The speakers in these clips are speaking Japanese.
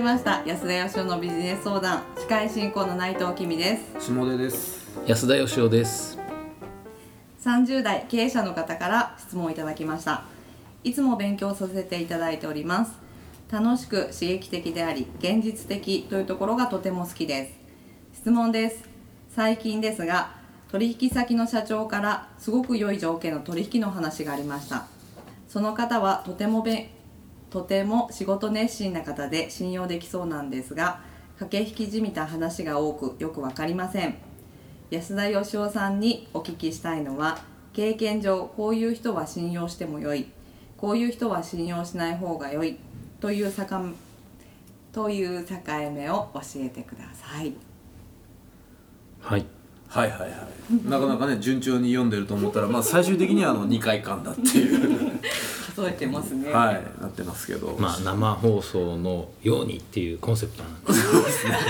ました安田義雄のビジネス相談、司会進行の内藤きみです。 下出です。 安田義雄です。 30代経営者の方から質問をいただきました。いつも勉強させていただいております。楽しく刺激的であり現実的というところがとても好きです。質問です。最近ですが取引先の社長からすごく良い条件の取引の話がありました。その方はとても仕事熱心な方で信用できそうなんですが、駆け引きじみた話が多くよくわかりません。安田義雄さんにお聞きしたいのは、経験上こういう人は信用しても良い、こういう人は信用しない方が良いという境目を教えてください。 はいはいはいはい。なかなかね順調に読んでると思ったら、最終的には2回間だっていう数えてますね。 はい、なってますけど、 生放送のようにっていうコンセプトなんですそうですねはい、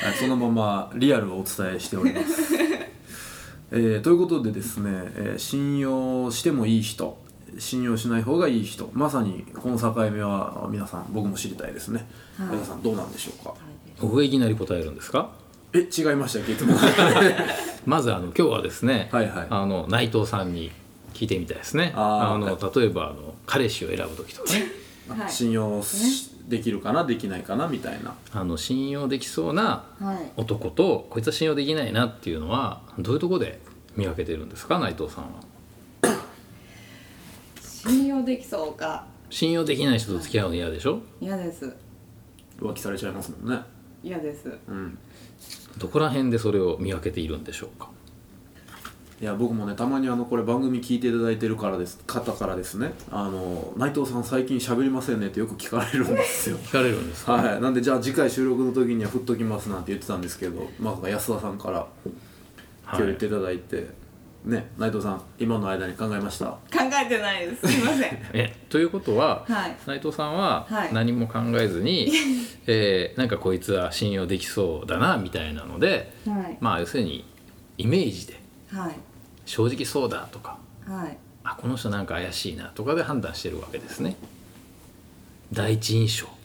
そのままリアルをお伝えしておりますということでですね、信用してもいい人、信用しない方がいい人、まさにこの境目は皆さん僕も知りたいですね。皆さんどうなんでしょうか。 僕がいきなり答えるんですか。 違いましたっけいつもまず今日はですね、 はいはい、 内藤さんに聞いてみたいですね。例えば彼氏を選ぶ時とかね信用できるかなできないかなみたいな、 信用できそうな男と、こいつは信用できないなっていうのはどういうところで見分けてるんですか、内藤さんは。 信用できそうか。 信用できない人と付き合うの嫌でしょ。 嫌です。 浮気されちゃいますもんね。 嫌です。 どこら辺でそれを見分けているんでしょうか。 いや僕もね、たまにこれ番組聞いていただいてる方からですね、内藤さん最近喋りませんねってよく聞かれるんですよ聞かれるんですか。 はい、なんでじゃあ次回収録の時には振っときますなんて言ってたんですけど、安田さんから今日言っていただいて、ね、内藤さん今の間に考えました？ 考えてないです。すいませんということは、 はい内藤さんははい何も考えずに、なんかこいつは信用できそうだなみたいなので、 はい要するにイメージではい正直そうだとか、 はいこの人なんか怪しいなとかで判断してるわけですね。第一印象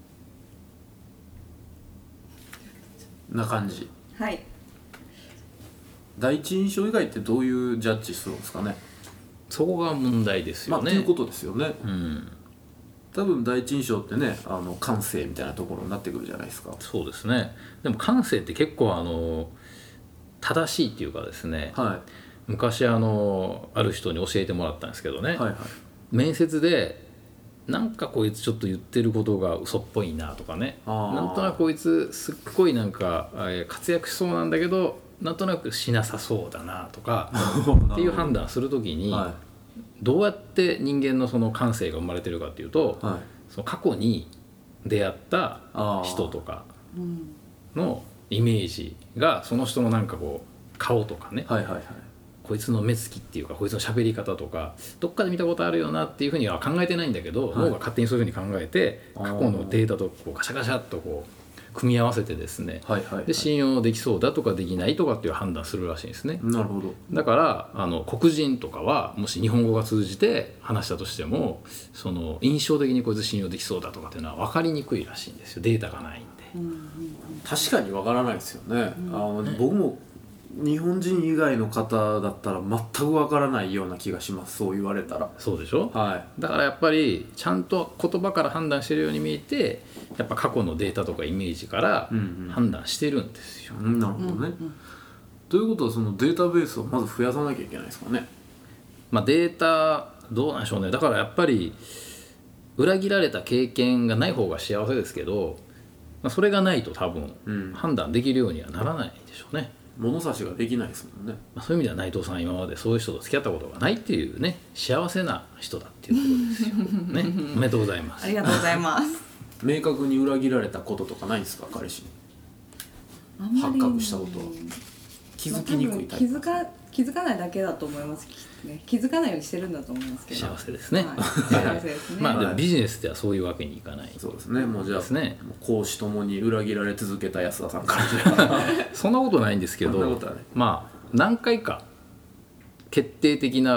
な感じ。 はい第一印象以外ってどういうジャッジするんですかね。 そこが問題ですよね。 ということですよね。 うん多分第一印象ってね、感性みたいなところになってくるじゃないですか。 そうですね。でも感性って結構正しいっていうかですね、 は昔ある人に教えてもらったんですけどね、 いはいはい。 面接でなんかこいつちょっと言ってることが嘘っぽいなとかね、なんとなくこいつすっごいなんか活躍しそうなんだけどなんとなくしなさそうだなとかっていう判断するときに、どうやって人間のその感性が生まれてるかっていうと、その過去に出会った人とかのイメージがその人のなんかこう顔とかね、こいつの目つきっていうかこいつの喋り方とかどっかで見たことあるよなっていうふうには考えてないんだけど、脳が勝手にそういうふうに考えて過去のデータとこうガシャガシャっとこう組み合わせてですね、で信用できそうだとかできないとかっていう判断するらしいんですね。 なるほど。 だから黒人とかはもし日本語が通じて話したとしても、その印象的にこいつ信用できそうだとかっていうのは分かりにくいらしいんですよ、データがないんで。 確かにわからないですよね。僕も日本人以外の方だったら全くわからないような気がします。そう言われたら。 そうでしょ、 はだからやっぱりちゃんと言葉から判断してるように見えて、やっぱ過去のデータとかイメージから判断してるんですよ。 なるほどね。ということはそのデータベースをまず増やさなきゃいけないですかね。 データどうなんでしょうね。だからやっぱり裏切られた経験がない方が幸せですけど、それがないと多分判断できるようにはならないでしょうね。 物差しができないですもんね。 そういう意味では内藤さん今までそういう人と付き合ったことがないっていうね、幸せな人だっていうことですよね。おめでとうございます。 ありがとうございます明確に裏切られたこととかないんですか、彼氏に発覚したことは。気づきにくいタイプ。 気づかないだけだと思います、気づかないようにしてるんだと思いますけど。 幸せですね、 幸せですね。 でもビジネスではそういうわけにいかない。 そうですね。もうじゃあですね、 公私ともに裏切られ続けた安田さんからそんなことないんですけど、何回か決定的な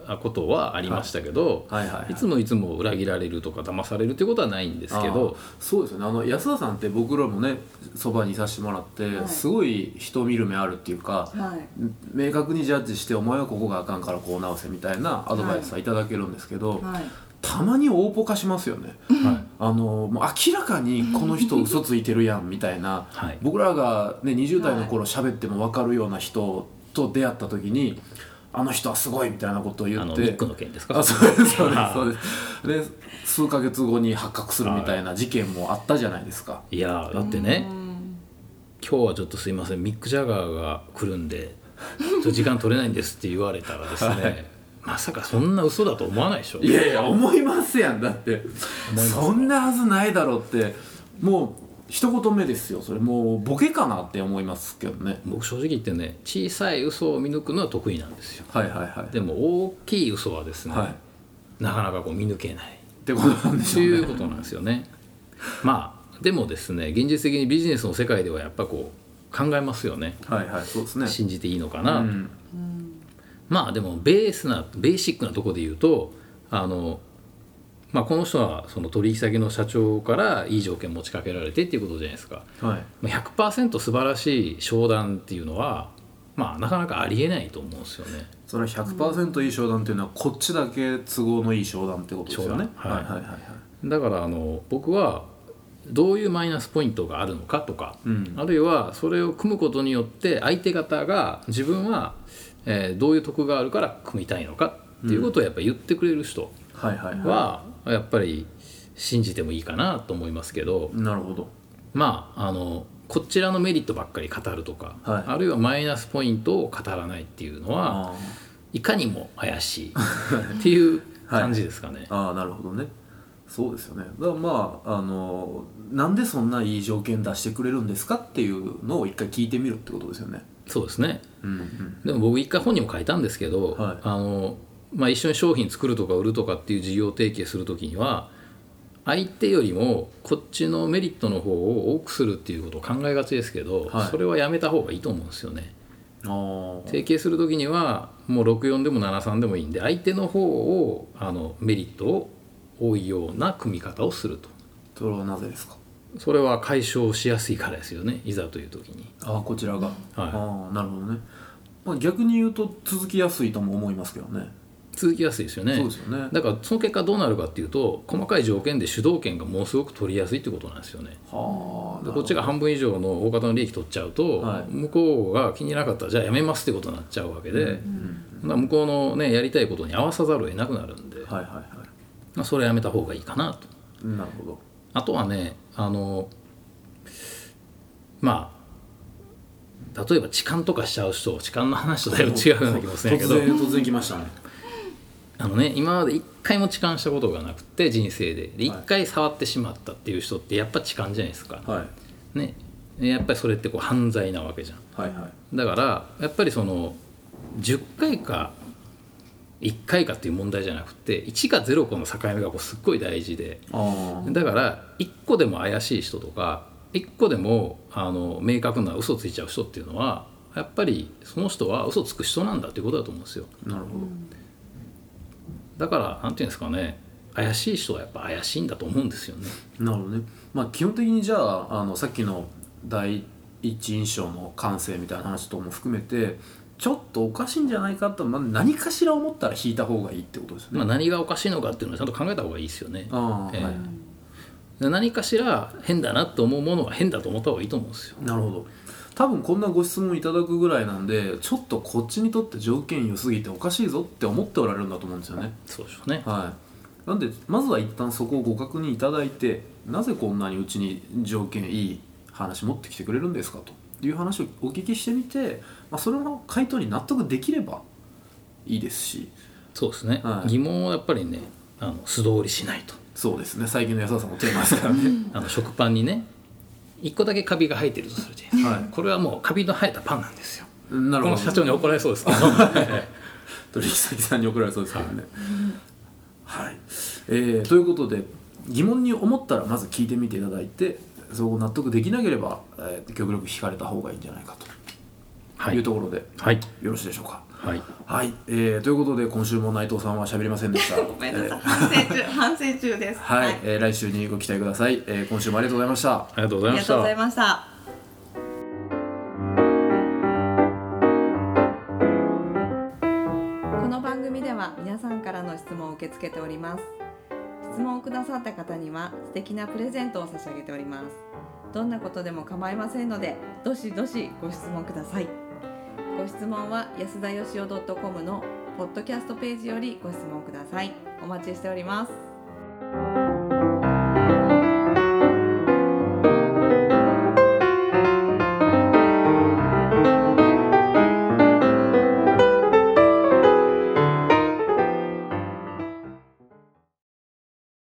ことはありましたけど、いつも裏切られるとか騙されるということはないんですけど。 そうですよね。安田さんって僕らもねそばにいさせてもらって、 はい、すごい人見る目あるっていうか、 はい、 明確にジャッジしてお前はここがあかんからこう直せみたいなアドバイスはいただけるんですけど、はい、たまに大ポカしますよね、はい、もう明らかにこの人嘘ついてるやんみたいな、はい、僕らが、ね、20代の頃喋っても分かるような人と出会った時に、あの人はすごいみたいなことを言って、 ミックの件ですか？ そうですそうです。で数ヶ月後に発覚するみたいな事件もあったじゃないですか。 いやだってね、今日はちょっとすいませんミック・ジャガーが来るんでちょっと時間取れないんですって言われたらですね、はい、まさかそんな嘘だと思わないでしょ。 いやいや思いますやん。だってそんなはずないだろうってもう一言目ですよ。それもうボケかなって思いますけどね。 僕正直言ってね小さい嘘を見抜くのは得意なんですよ。 はいはいはい。 でも大きい嘘はですね、はい、なかなかこう見抜けないってことなんでしょうね。 ということなんですよね。まあでもですね現実的にビジネスの世界ではやっぱこう考えますよね。 はいはいそうですね。 信じていいのかなと、まあでもベーシックなところで言うとまあ、この人はその取引先の社長からいい条件持ちかけられてっていうことじゃないですか、はい、100% 素晴らしい商談っていうのは、まあ、なかなかありえないと思うんですよね。 それは 100% いい商談っていうのはこっちだけ都合のいい商談ってことですよね。 はいはいはいはい、だから僕はどういうマイナスポイントがあるのかとか、あるいはそれを組むことによって相手方が自分はどういう得があるから組みたいのかっていうことをやっぱり言ってくれる人はやっぱり信じてもいいかなと思いますけど。 なるほど。 まあこちらのメリットばっかり語るとか、はい、あるいはマイナスポイントを語らないっていうのはいかにも怪しいっていう感じですかね。 はい、なるほどね。そうですよね。だからまあなんでそんないい条件出してくれるんですかっていうのを一回聞いてみるってことですよね。 そうですね、でも僕一回本にも書いたんですけど、はい、まあ、一緒に商品作るとか売るとかっていう事業提携するときには相手よりもこっちのメリットの方を多くするっていうことを考えがちですけど、はい、それはやめた方がいいと思うんですよね。提携するときにはもう64でも73でもいいんで相手の方をメリットを多いような組み方をすると。 それはなぜですか？ それは解消しやすいからですよね、いざという時に。 こちらが、はい、なるほどね。まあ、逆に言うと続きやすいとも思いますけどね。 続きやすいですよね。 そうですよね。 だからその結果どうなるかっていうと細かい条件で主導権がものすごく取りやすいってことなんですよね。でこっちが半分以上の大方の利益取っちゃうと、はい、向こうが気にならなかったらじゃあやめますってことになっちゃうわけで、向こうの、ね、やりたいことに合わさざるを得なくなるんで、はいはいはい、まあ、それはやめた方がいいかなと。 なるほど。 あとはねまあ例えば痴漢とかしちゃう人、痴漢の話とだいぶ違うような気もするんやけど突然来ましたね。 今まで一回も痴漢したことがなくて人生で一回触ってしまったっていう人ってやっぱ痴漢じゃないですか、はいね、やっぱりそれってこう犯罪なわけじゃん、はいはい、だからやっぱりその10回か1回かっていう問題じゃなくて1か0個の境目がこうすっごい大事で、だから1個でも怪しい人とか1個でも明確な嘘ついちゃう人っていうのはやっぱりその人は嘘つく人なんだっていうことだと思うんですよ。 なるほど。 だからなんていうんですかね、怪しい人はやっぱ怪しいんだと思うんですよね。 なるほどね。まあ基本的にじゃあさっきの第一印象の感性みたいな話とも含めてちょっとおかしいんじゃないかと、何かしら思ったら引いた方がいいってことですね。 何がおかしいのかっていうのはちゃんと考えた方がいいですよね。何かしら変だなと思うものは変だと思った方がいいと思うんですよ。 なるほど。多分こんなご質問いただくぐらいなんでちょっとこっちにとって条件良すぎておかしいぞって思っておられるんだと思うんですよね。 そうでしょうね。 はい、なんでまずは一旦そこをご確認いただいて、なぜこんなにうちに条件いい話持ってきてくれるんですかという話をお聞きしてみて、それの回答に納得できればいいですし。 そうですね、はい、疑問はやっぱりね素通りしないと。 そうですね、最近の安田さんのテーマですからね食パンにね1個だけカビが生えてるとするじゃないですか、はい、これはもうカビの生えたパンなんですよ。なるほど。この社長に怒られそうですけど取引先さんに怒られそうですけどね、はいはい、ということで疑問に思ったらまず聞いてみていただいて、そこ納得できなければ、極力引かれた方がいいんじゃないかというところで、はい、よろしいでしょうか。 はいはい、ということで今週も内藤さんは喋りませんでしたごめんなさい、反省中です。 はい、来週にご期待ください、今週もありがとうございました。 ありがとうございました。 ありがとうございました。この番組では皆さんからの質問を受け付けております。質問をくださった方には素敵なプレゼントを差し上げております。どんなことでも構いませんので、どしどしご質問ください。ご質問は安田よしお .com のポッドキャストページよりご質問ください。お待ちしております。